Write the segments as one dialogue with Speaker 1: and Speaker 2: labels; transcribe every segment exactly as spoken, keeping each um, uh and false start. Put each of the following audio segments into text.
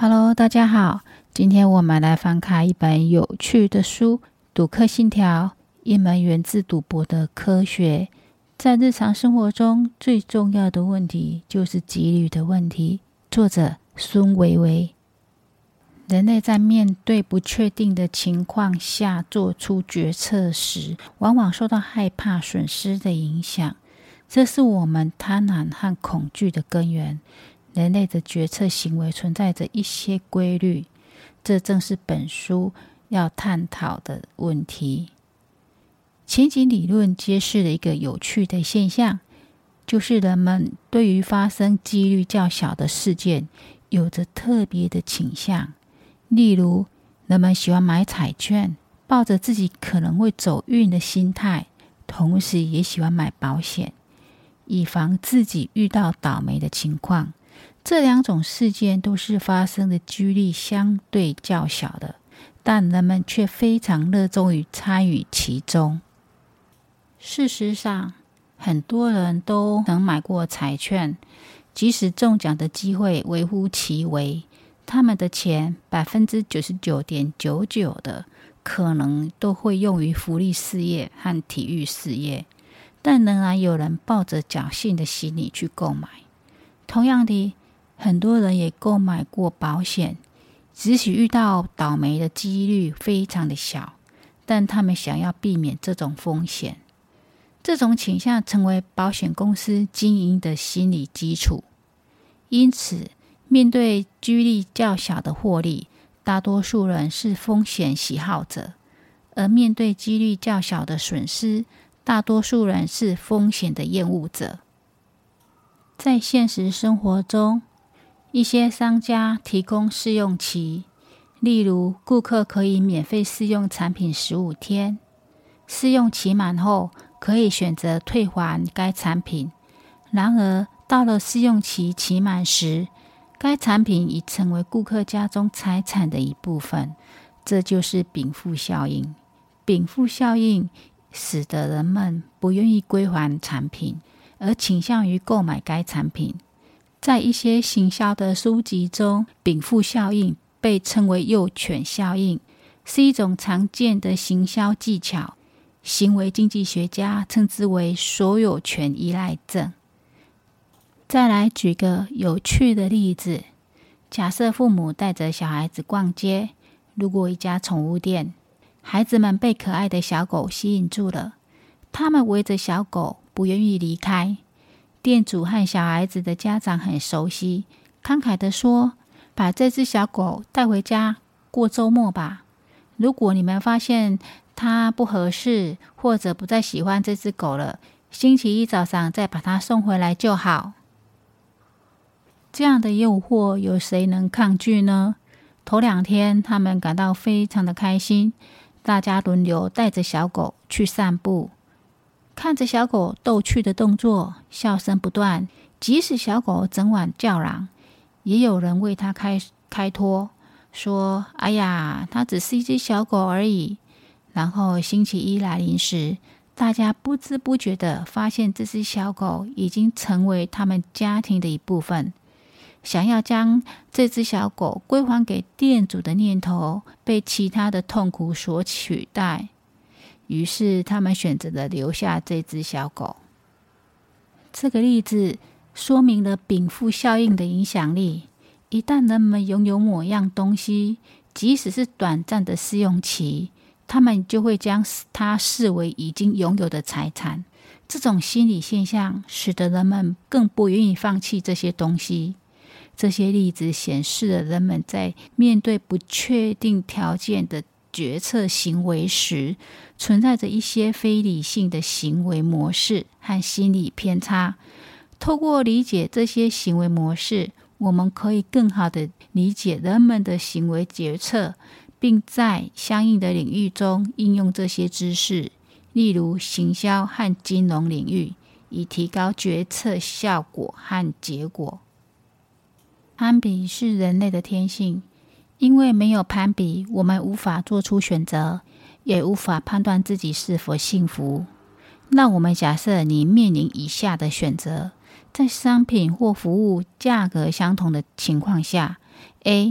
Speaker 1: Hello， 大家好，今天我们来翻开一本有趣的书，《赌客信条：一门源自赌博的科学》。在日常生活中，最重要的问题就是几率的问题。作者孙维维。人类在面对不确定的情况下做出决策时，往往受到害怕损失的影响，这是我们贪婪和恐惧的根源。人类的决策行为存在着一些规律，这正是本书要探讨的问题。前景理论揭示了一个有趣的现象，就是人们对于发生几率较小的事件有着特别的倾向。例如，人们喜欢买彩券，抱着自己可能会走运的心态，同时也喜欢买保险，以防自己遇到倒霉的情况。这两种事件都是发生的几率相对较小的，但人们却非常热衷于参与其中。事实上，很多人都能买过彩券，即使中奖的机会微乎其微，他们的钱 百分之九十九点九九 的可能都会用于福利事业和体育事业，但仍然有人抱着侥幸的心理去购买。同样的，很多人也购买过保险，即使遇到倒霉的几率非常的小，但他们想要避免这种风险。这种倾向成为保险公司经营的心理基础。因此，面对几率较小的获利，大多数人是风险喜好者；而面对几率较小的损失，大多数人是风险的厌恶者。在现实生活中，一些商家提供试用期，例如顾客可以免费试用产品十五天，试用期满后可以选择退还该产品。然而，到了试用期期满时，该产品已成为顾客家中财产的一部分，这就是禀赋效应。禀赋效应使得人们不愿意归还产品，而倾向于购买该产品。在一些行销的书籍中，禀赋效应被称为诱犬效应，是一种常见的行销技巧。行为经济学家称之为所有权依赖症。再来举个有趣的例子，假设父母带着小孩子逛街，路过一家宠物店，孩子们被可爱的小狗吸引住了，他们围着小狗不愿意离开。店主和小孩子的家长很熟悉，慷慨地说，把这只小狗带回家过周末吧，如果你们发现它不合适，或者不再喜欢这只狗了，星期一早上再把它送回来就好。这样的诱惑有谁能抗拒呢？头两天他们感到非常的开心，大家轮流带着小狗去散步，看着小狗逗趣的动作，笑声不断。即使小狗整晚叫嚷，也有人为它开开脱，说哎呀，它只是一只小狗而已。然后星期一来临时，大家不知不觉地发现这只小狗已经成为他们家庭的一部分。想要将这只小狗归还给店主的念头被其他的痛苦所取代，于是他们选择了留下这只小狗。这个例子说明了禀赋效应的影响力。一旦人们拥有某样东西，即使是短暂的试用期，他们就会将它视为已经拥有的财产。这种心理现象使得人们更不愿意放弃这些东西。这些例子显示了人们在面对不确定条件的决策行为时，存在着一些非理性的行为模式和心理偏差。透过理解这些行为模式，我们可以更好地理解人们的行为决策，并在相应的领域中应用这些知识，例如行销和金融领域，以提高决策效果和结果。攀比是人类的天性，因为没有攀比，我们无法做出选择，也无法判断自己是否幸福。让我们假设你面临以下的选择，在商品或服务价格相同的情况下， A.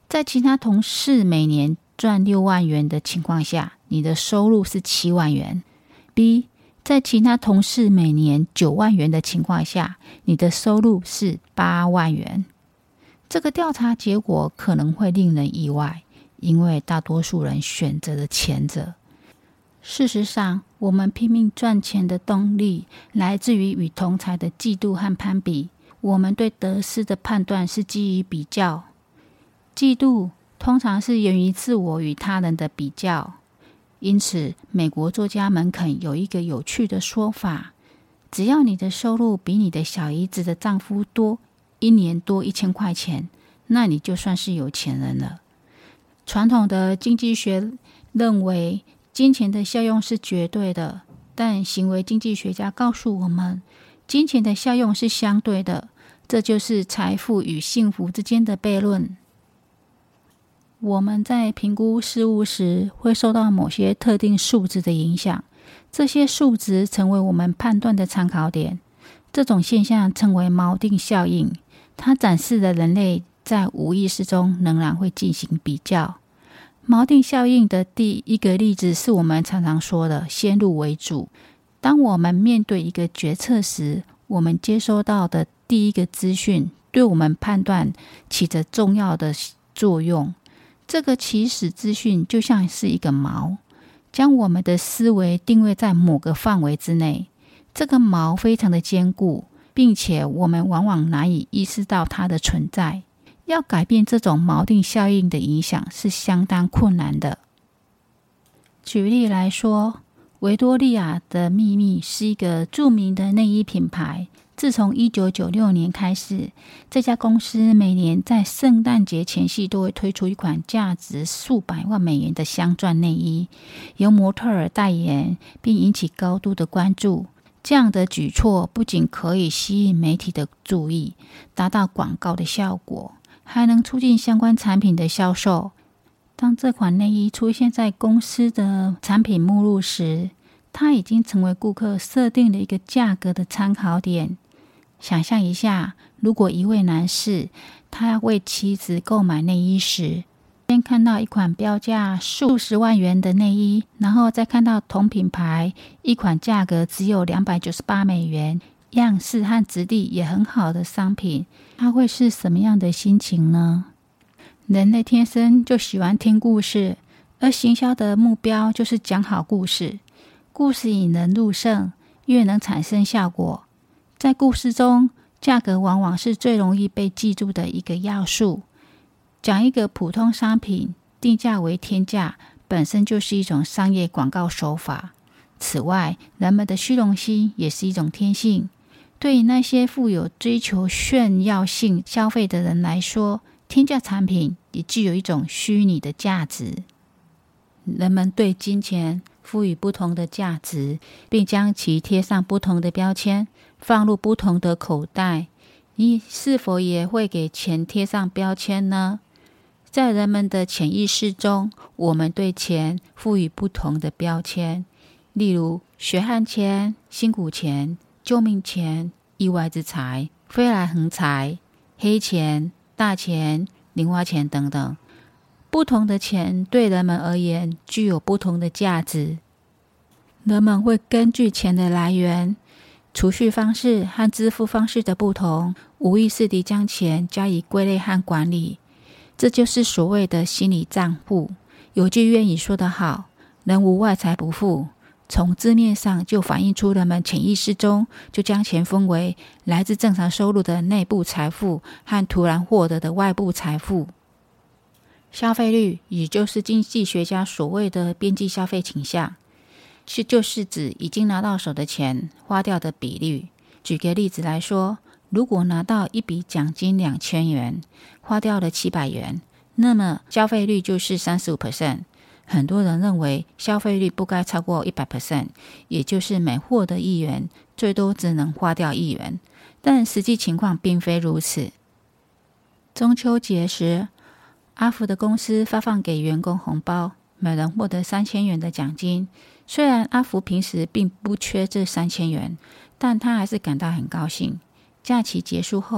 Speaker 1: 在其他同事每年赚六万元的情况下，你的收入是七万元。 B， 在其他同事每年九万元的情况下，你的收入是八万元。这个调查结果可能会令人意外，因为大多数人选择了前者。事实上，我们拼命赚钱的动力来自于与同侪的嫉妒和攀比。我们对得失的判断是基于比较。嫉妒通常是源于自我与他人的比较。因此，美国作家门肯有一个有趣的说法：只要你的收入比你的小姨子的丈夫多，一年多一千块钱，那你就算是有钱人了。传统的经济学认为金钱的效用是绝对的，但行为经济学家告诉我们，金钱的效用是相对的，这就是财富与幸福之间的悖论。我们在评估事物时，会受到某些特定数值的影响，这些数值成为我们判断的参考点。这种现象称为锚定效应，它展示了人类在无意识中仍然会进行比较。锚定效应的第一个例子是我们常常说的先入为主。当我们面对一个决策时，我们接收到的第一个资讯对我们判断起着重要的作用。这个起始资讯就像是一个锚，将我们的思维定位在某个范围之内。这个锚非常的坚固，并且我们往往难以意识到它的存在。要改变这种锚定效应的影响是相当困难的。举例来说，维多利亚的秘密是一个著名的内衣品牌。自从一九九六年开始，这家公司每年在圣诞节前夕都会推出一款价值数百万美元的镶钻内衣，由模特儿代言，并引起高度的关注。这样的举措不仅可以吸引媒体的注意，达到广告的效果，还能促进相关产品的销售。当这款内衣出现在公司的产品目录时，它已经成为顾客设定的一个价格的参考点。想象一下，如果一位男士他要为妻子购买内衣时，先看到一款标价数十万元的内衣，然后再看到同品牌一款价格只有两百九十八美元，样式和质地也很好的商品，他会是什么样的心情呢？人类天生就喜欢听故事，而行销的目标就是讲好故事。故事引人入胜，越能产生效果。在故事中，价格往往是最容易被记住的一个要素。讲一个普通商品，定价为天价，本身就是一种商业广告手法。此外，人们的虚荣心也是一种天性。对于那些富有追求炫耀性消费的人来说，天价产品也具有一种虚拟的价值。人们对金钱赋予不同的价值，并将其贴上不同的标签，放入不同的口袋。你是否也会给钱贴上标签呢？在人们的潜意识中，我们对钱赋予不同的标签，例如血汗钱、辛苦钱、救命钱、意外之财、飞来横财、黑钱、大钱、零花钱等等。不同的钱对人们而言具有不同的价值。人们会根据钱的来源、储蓄方式和支付方式的不同，无意识地将钱加以归类和管理。这就是所谓的心理账户。有句谚语说得好，人无外财不富。从字面上就反映出人们潜意识中就将钱分为来自正常收入的内部财富和突然获得的外部财富。消费率，也就是经济学家所谓的边际消费倾向，就是指已经拿到手的钱花掉的比率。举个例子来说，如果拿到一笔奖金两千元，花掉了七百元，那么消费率就是 百分之三十五。 很多人认为消费率不该超过 百分之百， 也就是每获得一元，最多只能花掉一元。但实际情况并非如此。中秋节时，阿福的公司发放给员工红包，每人获得三千元的奖金。虽然阿福平时并不缺这三千元，但他还是感到很高兴。假期结束后，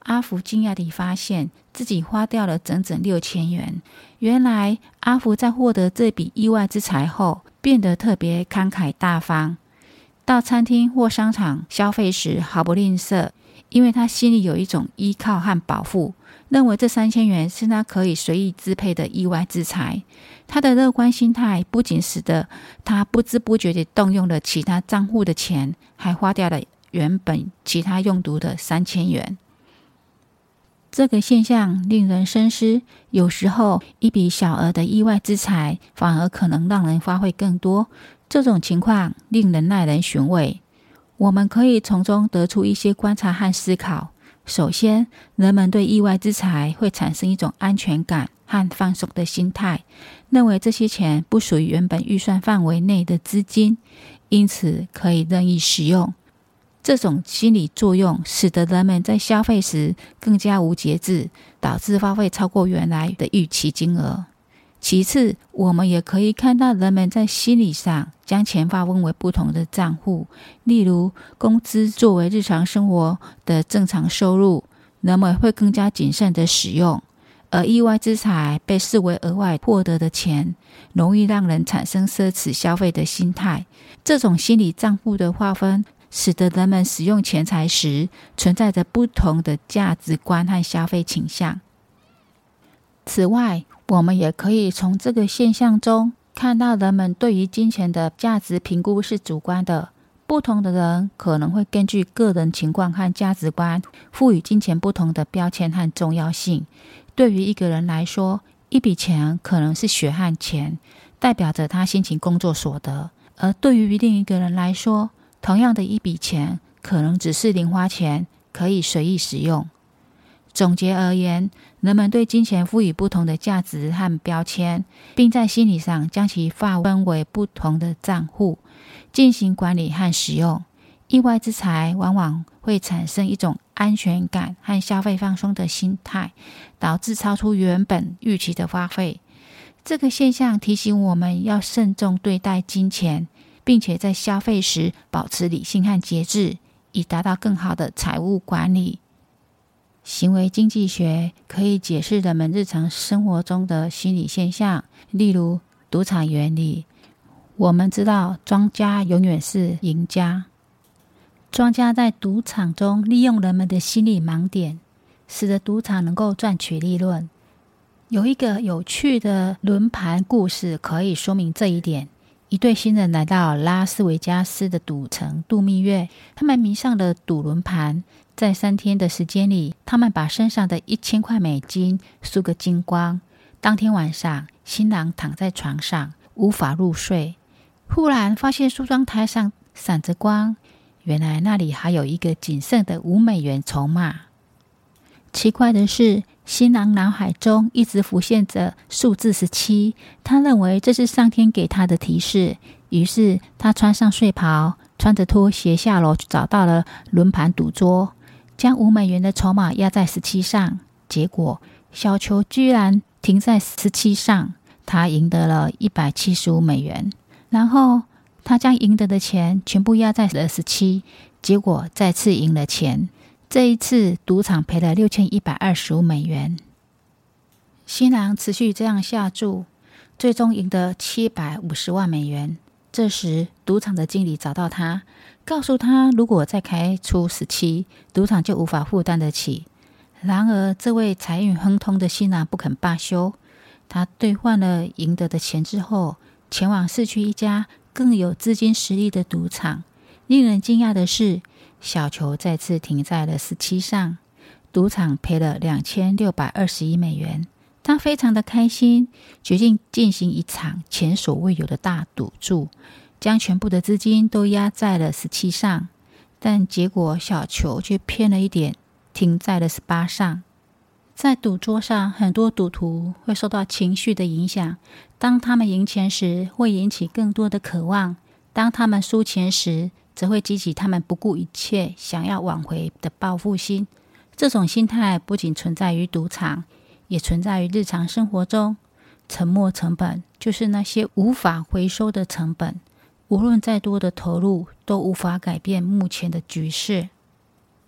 Speaker 1: 阿福惊讶地发现自己花掉了整整六千元。原来阿福在获得这笔意外之财后，变得特别慷慨大方，到餐厅或商场消费时毫不吝啬，因为他心里有一种依靠和保护，认为这三千元是他可以随意支配的意外之财。他的乐观心态不仅使得他不知不觉地动用了其他账户的钱，还花掉了原本其他用途的三千元。这个现象令人深思，有时候一笔小额的意外之财反而可能让人花费更多，这种情况令人耐人寻味。我们可以从中得出一些观察和思考。首先，人们对意外之财会产生一种安全感和放松的心态，认为这些钱不属于原本预算范围内的资金，因此可以任意使用。这种心理作用使得人们在消费时更加无节制，导致花费超过原来的预期金额。其次，我们也可以看到人们在心理上将钱划分为不同的账户，例如工资作为日常生活的正常收入，人们会更加谨慎的使用，而意外之财被视为额外获得的钱，容易让人产生奢侈消费的心态。这种心理账户的划分使得人们使用钱财时存在着不同的价值观和消费倾向。此外，我们也可以从这个现象中看到人们对于金钱的价值评估是主观的，不同的人可能会根据个人情况和价值观赋予金钱不同的标签和重要性。对于一个人来说，一笔钱可能是血汗钱，代表着他辛勤工作所得，而对于另一个人来说，同样的一笔钱可能只是零花钱，可以随意使用。总结而言，人们对金钱赋予不同的价值和标签，并在心理上将其划分为不同的账户，进行管理和使用。意外之财往往会产生一种安全感和消费放松的心态，导致超出原本预期的花费。这个现象提醒我们要慎重对待金钱，并且在消费时保持理性和节制，以达到更好的财务管理。行为经济学可以解释人们日常生活中的心理现象，例如赌场原理。我们知道庄家永远是赢家，庄家在赌场中利用人们的心理盲点，使得赌场能够赚取利润。有一个有趣的轮盘故事可以说明这一点。一对新人来到拉斯维加斯的赌城度蜜月，他们迷上了赌轮盘。在三天的时间里，他们把身上的一千块美金输个精光。当天晚上，新郎躺在床上无法入睡，忽然发现梳妆台上闪着光，原来那里还有一个仅剩的五美元筹码。奇怪的是，新郎脑海中一直浮现着数字十七，他认为这是上天给他的提示，于是他穿上睡袍，穿着拖鞋下楼，找到了轮盘赌桌，将五美元的筹码压在十七上，结果小球居然停在十七上，他赢得了一百七十五美元。然后他将赢得的钱全部压在了十七，结果再次赢了钱。这一次赌场赔了六千一百二十五美元。新郎持续这样下注，最终赢得七百五十万美元。这时赌场的经理找到他，告诉他如果再开出十七，赌场就无法负担得起。然而这位财运亨通的新郎不肯罢休，他兑换了赢得的钱之后，前往市区一家更有资金实力的赌场。令人惊讶的是，小球再次停在了十七上，赌场赔了两千六百二十一美元。他非常的开心，决定进行一场前所未有的大赌注，将全部的资金都压在了十七上，但结果小球却偏了一点，停在了十八上。在赌桌上，很多赌徒会受到情绪的影响，当他们赢钱时会引起更多的渴望，当他们输钱时则会激起他们不顾一切想要挽回的报复心。这种心态不仅存在于赌场，也存在于日常生活中。沉没成本就是那些无法回收的成本，无论再多的投入都无法改变目前的局势。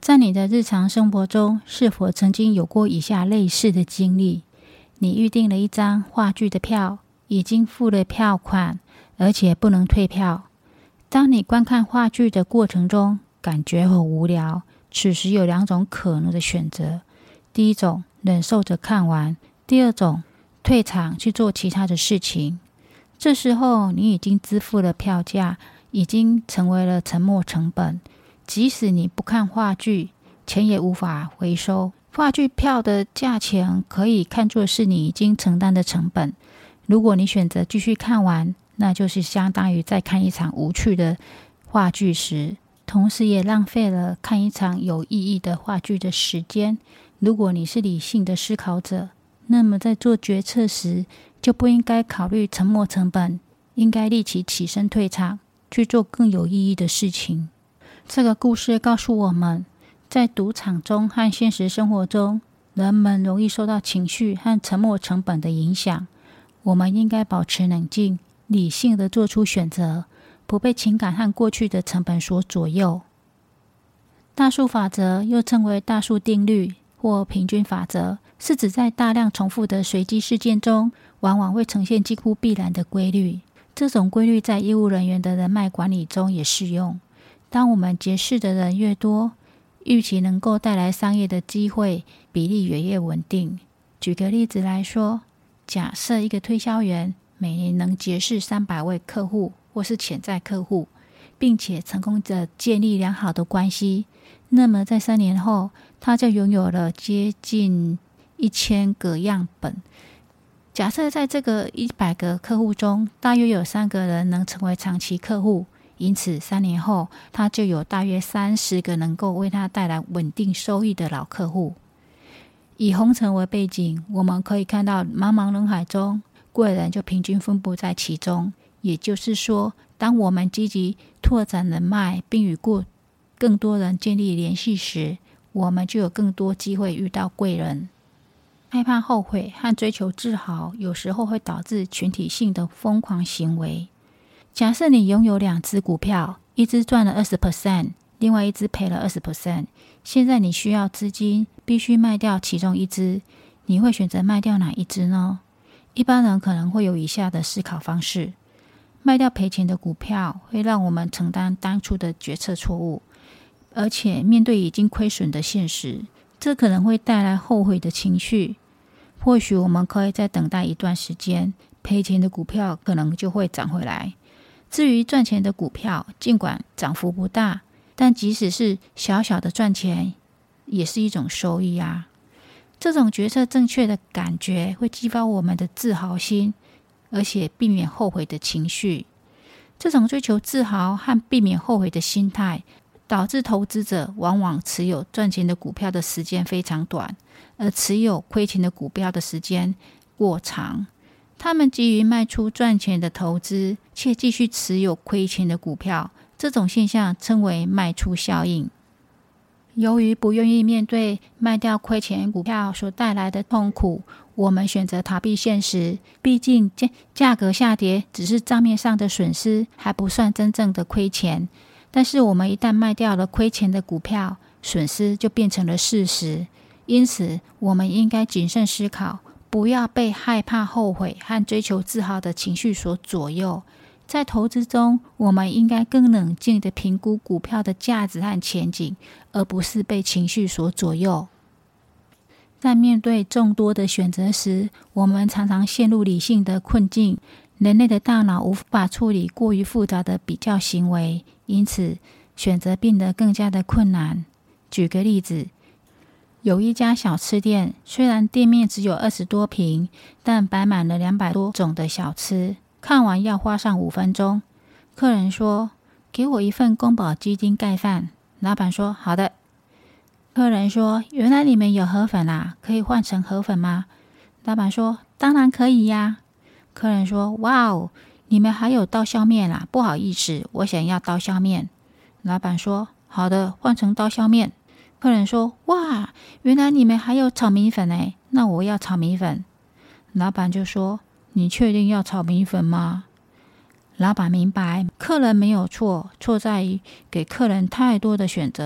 Speaker 1: 在你的日常生活中，是否曾经有过以下类似的经历？你预订了一张话剧的票，已经付了票款，而且不能退票。当你观看话剧的过程中，感觉很无聊，此时有两种可能的选择。第一种，忍受着看完；第二种，退场去做其他的事情。这时候你已经支付了票价，已经成为了沉没成本。即使你不看话剧，钱也无法回收。话剧票的价钱可以看作是你已经承担的成本。如果你选择继续看完，那就是相当于在看一场无趣的话剧时，同时也浪费了看一场有意义的话剧的时间。如果你是理性的思考者，那么在做决策时就不应该考虑沉没成本，应该立即起身退场，去做更有意义的事情。这个故事告诉我们，在赌场中和现实生活中，人们容易受到情绪和沉没成本的影响。我们应该保持冷静，理性地做出选择，不被情感和过去的成本所左右。大数法则又称为大数定律或平均法则，是指在大量重复的随机事件中，往往会呈现几乎必然的规律。这种规律在业务人员的人脉管理中也适用。当我们结识的人越多，预期能够带来商业的机会比例也越稳定。举个例子来说，假设一个推销员每年能结识三百位客户或是潜在客户，并且成功地建立良好的关系，那么在三年后，他就拥有了接近一千个样本。假设在这个一百个客户中，大约有三个人能成为长期客户，因此三年后，他就有大约三十个能够为他带来稳定收益的老客户。以红尘为背景，我们可以看到茫茫人海中，贵人就平均分布在其中。也就是说，当我们积极拓展人脉，并与更多人建立联系时，我们就有更多机会遇到贵人。害怕后悔和追求自豪，有时候会导致群体性的疯狂行为。假设你拥有两只股票，一只赚了 百分之二十， 另外一只赔了 百分之二十， 现在你需要资金，必须卖掉其中一只，你会选择卖掉哪一只呢？一般人可能会有以下的思考方式。卖掉赔钱的股票会让我们承担当初的决策错误，而且面对已经亏损的现实，这可能会带来后悔的情绪。或许我们可以再等待一段时间，赔钱的股票可能就会涨回来。至于赚钱的股票，尽管涨幅不大，但即使是小小的赚钱，也是一种收益啊。这种决策正确的感觉会激发我们的自豪心，而且避免后悔的情绪。这种追求自豪和避免后悔的心态，导致投资者往往持有赚钱的股票的时间非常短，而持有亏钱的股票的时间过长。他们急于卖出赚钱的投资，却继续持有亏钱的股票，这种现象称为卖出效应。由于不愿意面对卖掉亏钱股票所带来的痛苦，我们选择逃避现实。毕竟价格下跌只是账面上的损失，还不算真正的亏钱。但是我们一旦卖掉了亏钱的股票，损失就变成了事实。因此，我们应该谨慎思考，不要被害怕后悔和追求自豪的情绪所左右。在投资中，我们应该更冷静地评估股票的价值和前景，而不是被情绪所左右。在面对众多的选择时，我们常常陷入理性的困境。人类的大脑无法处理过于复杂的比较行为，因此选择变得更加的困难。举个例子，有一家小吃店，虽然店面只有二十多平，但摆满了两百多种的小吃，看完要花上五分钟。客人说：“给我一份宫保鸡丁盖饭。”老板说：“好的。”客人说：“原来你们有河粉啊，可以换成河粉吗？”老板说：“当然可以呀。”客人说：“哇哦，你们还有刀削面啊，不好意思，我想要刀削面。”老板说：“好的，换成刀削面。”客人说：“哇，原来你们还有炒米粉哎，那我要炒米粉。”老板就说：“你确定要炒米粉吗？”老板明白，客人没有错，错在于给客人太多的选择，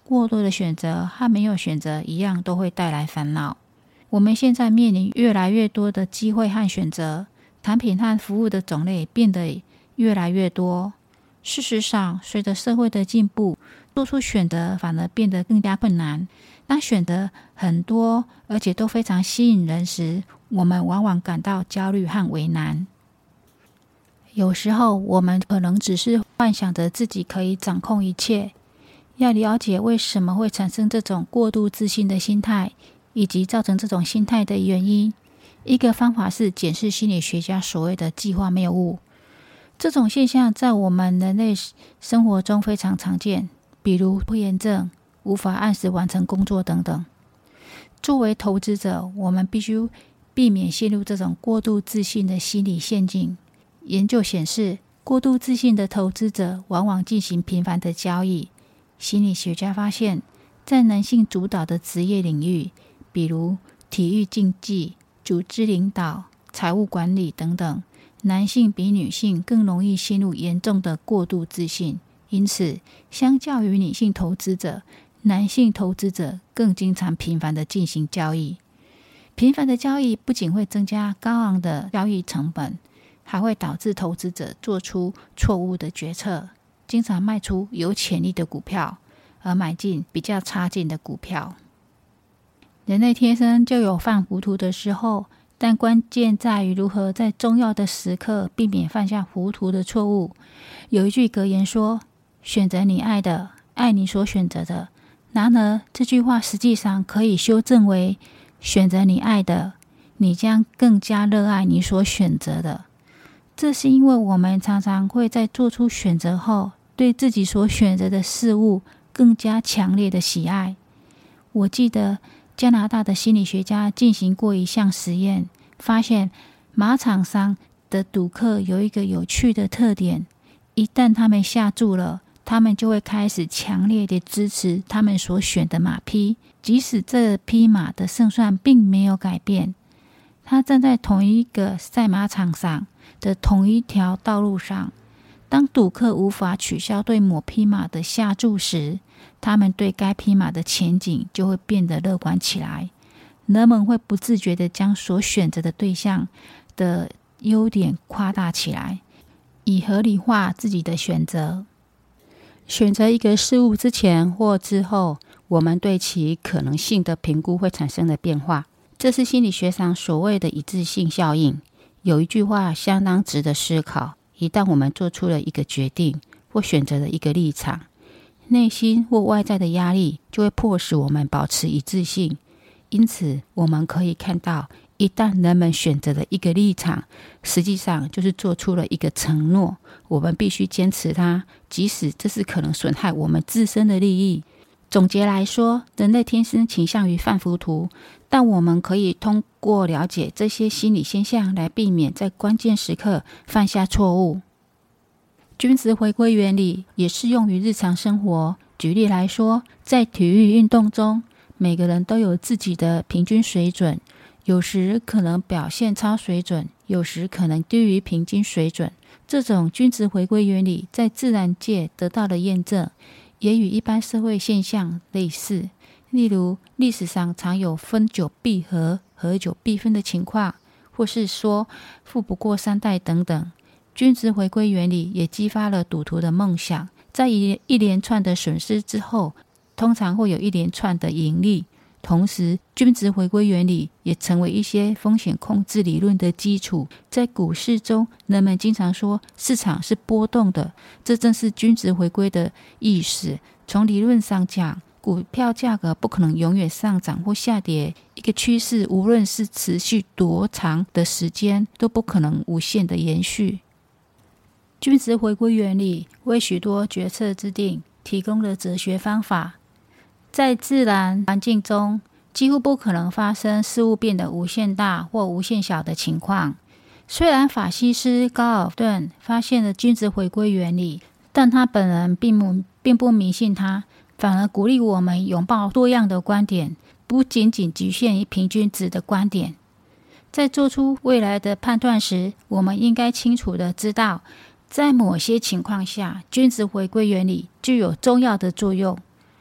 Speaker 1: 过多的选择和没有选择一样，都会带来烦恼。我们现在面临越来越多的机会和选择，产品和服务的种类变得越来越多。事实上，随着社会的进步，做出选择反而变得更加困难。当选择很多而且都非常吸引人时，我们往往感到焦虑和为难。有时候我们可能只是幻想着自己可以掌控一切。要了解为什么会产生这种过度自信的心态，以及造成这种心态的原因，一个方法是检视心理学家所谓的计划谬误。这种现象在我们人类生活中非常常见，比如拖延症、无法按时完成工作等等。作为投资者，我们必须避免陷入这种过度自信的心理陷阱。研究显示，过度自信的投资者往往进行频繁的交易。心理学家发现，在男性主导的职业领域，比如体育竞技、组织领导、财务管理等等，男性比女性更容易陷入严重的过度自信。因此，相较于女性投资者，男性投资者更经常频繁地进行交易。频繁的交易不仅会增加高昂的交易成本，还会导致投资者做出错误的决策，经常卖出有潜力的股票，而买进比较差劲的股票。人类天生就有犯糊涂的时候，但关键在于如何在重要的时刻避免犯下糊涂的错误。有一句格言说，选择你爱的，爱你所选择的。然而，这句话实际上可以修正为，选择你爱的，你将更加热爱你所选择的。这是因为我们常常会在做出选择后，对自己所选择的事物更加强烈的喜爱。我记得加拿大的心理学家进行过一项实验，发现马场上的赌客有一个有趣的特点，一旦他们下注了，他们就会开始强烈的支持他们所选的马匹，即使这匹马的胜算并没有改变。他站在同一个赛马场上的同一条道路上，当赌客无法取消对某匹马的下注时，他们对该匹马的前景就会变得乐观起来。人们会不自觉地将所选择的对象的优点夸大起来，以合理化自己的选择。选择一个事物之前或之后，我们对其可能性的评估会产生的变化，这是心理学上所谓的一致性效应。有一句话相当值得思考，一旦我们做出了一个决定或选择了一个立场，内心或外在的压力就会迫使我们保持一致性。因此，我们可以看到，一旦人们选择了一个立场，实际上就是做出了一个承诺，我们必须坚持它，即使这是可能损害我们自身的利益。总结来说，人类天生倾向于犯糊涂，但我们可以通过了解这些心理现象来避免在关键时刻犯下错误。均值回归原理也适用于日常生活。举例来说，在体育运动中，每个人都有自己的平均水准，有时可能表现超水准，有时可能低于平均水准。这种均值回归原理在自然界得到了验证，也与一般社会现象类似。例如，历史上常有分久必合、合久必分的情况，或是说富不过三代等等。均值回归原理也激发了赌徒的梦想，在一一连串的损失之后，通常会有一连串的盈利。同时，均值回归原理也成为一些风险控制理论的基础。在股市中，人们经常说市场是波动的，这正是均值回归的意思。从理论上讲，股票价格不可能永远上涨或下跌，一个趋势无论是持续多长的时间，都不可能无限的延续。均值回归原理为许多决策制定提供了哲学方法。在自然环境中，几乎不可能发生事物变得无限大或无限小的情况。虽然法西斯高尔顿发现了均值回归原理，但他本人并不并不迷信它，反而鼓励我们拥抱多样的观点，不仅仅局限于平均值的观点。在做出未来的判断时，我们应该清楚地知道，在某些情况下，均值回归原理具有重要的作用。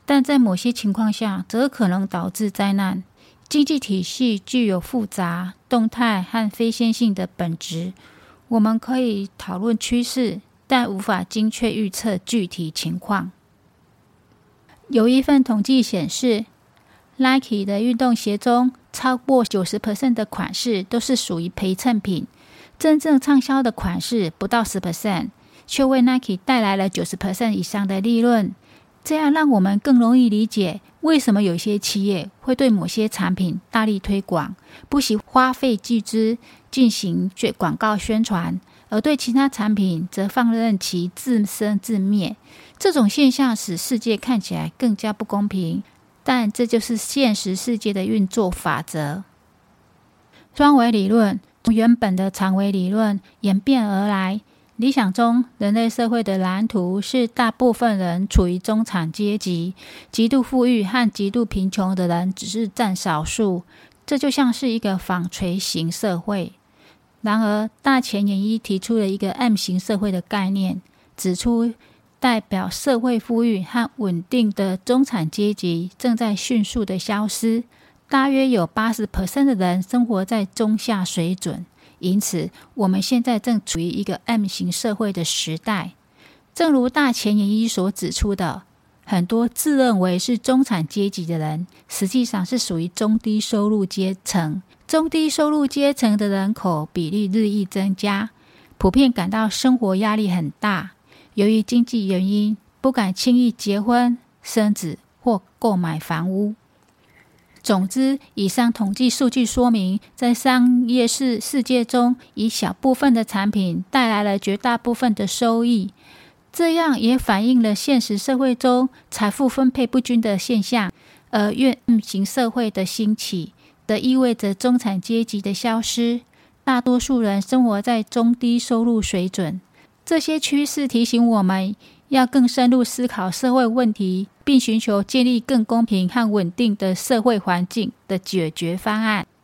Speaker 1: 但在某些情况下则可能导致灾难。经济体系具有复杂、动态和非线性的本质，我们可以讨论趋势，但无法精确预测具体情况。有一份统计显示， Nike 的运动鞋中超过 百分之九十 的款式都是属于陪衬品，真正畅销的款式不到 百分之十， 却为 Nike 带来了 百分之九十 以上的利润。这样让我们更容易理解为什么有些企业会对某些产品大力推广，不惜花费巨资进行广告宣传，而对其他产品则放任其自生自灭。这种现象使世界看起来更加不公平，但这就是现实世界的运作法则。双维理论从原本的长维理论演变而来。理想中，人类社会的蓝图是大部分人处于中产阶级，极度富裕和极度贫穷的人只是占少数，这就像是一个纺锤型社会。然而，大前研一提出了一个 M 型社会的概念，指出代表社会富裕和稳定的中产阶级正在迅速的消失，大约有 百分之八十 的人生活在中下水准。因此，我们现在正处于一个 M 型社会的时代。正如大前研一所指出的，很多自认为是中产阶级的人，实际上是属于中低收入阶层。中低收入阶层的人口比例日益增加，普遍感到生活压力很大，由于经济原因，不敢轻易结婚、生子或购买房屋。总之，以上统计数据说明，在商业世世界中，以小部分的产品带来了绝大部分的收益。这样也反映了现实社会中财富分配不均的现象。而M型社会的兴起，则意味着中产阶级的消失，大多数人生活在中低收入水准。这些趋势提醒我们要更深入思考社会问题，并寻求建立更公平和稳定的社会环境的解决方案。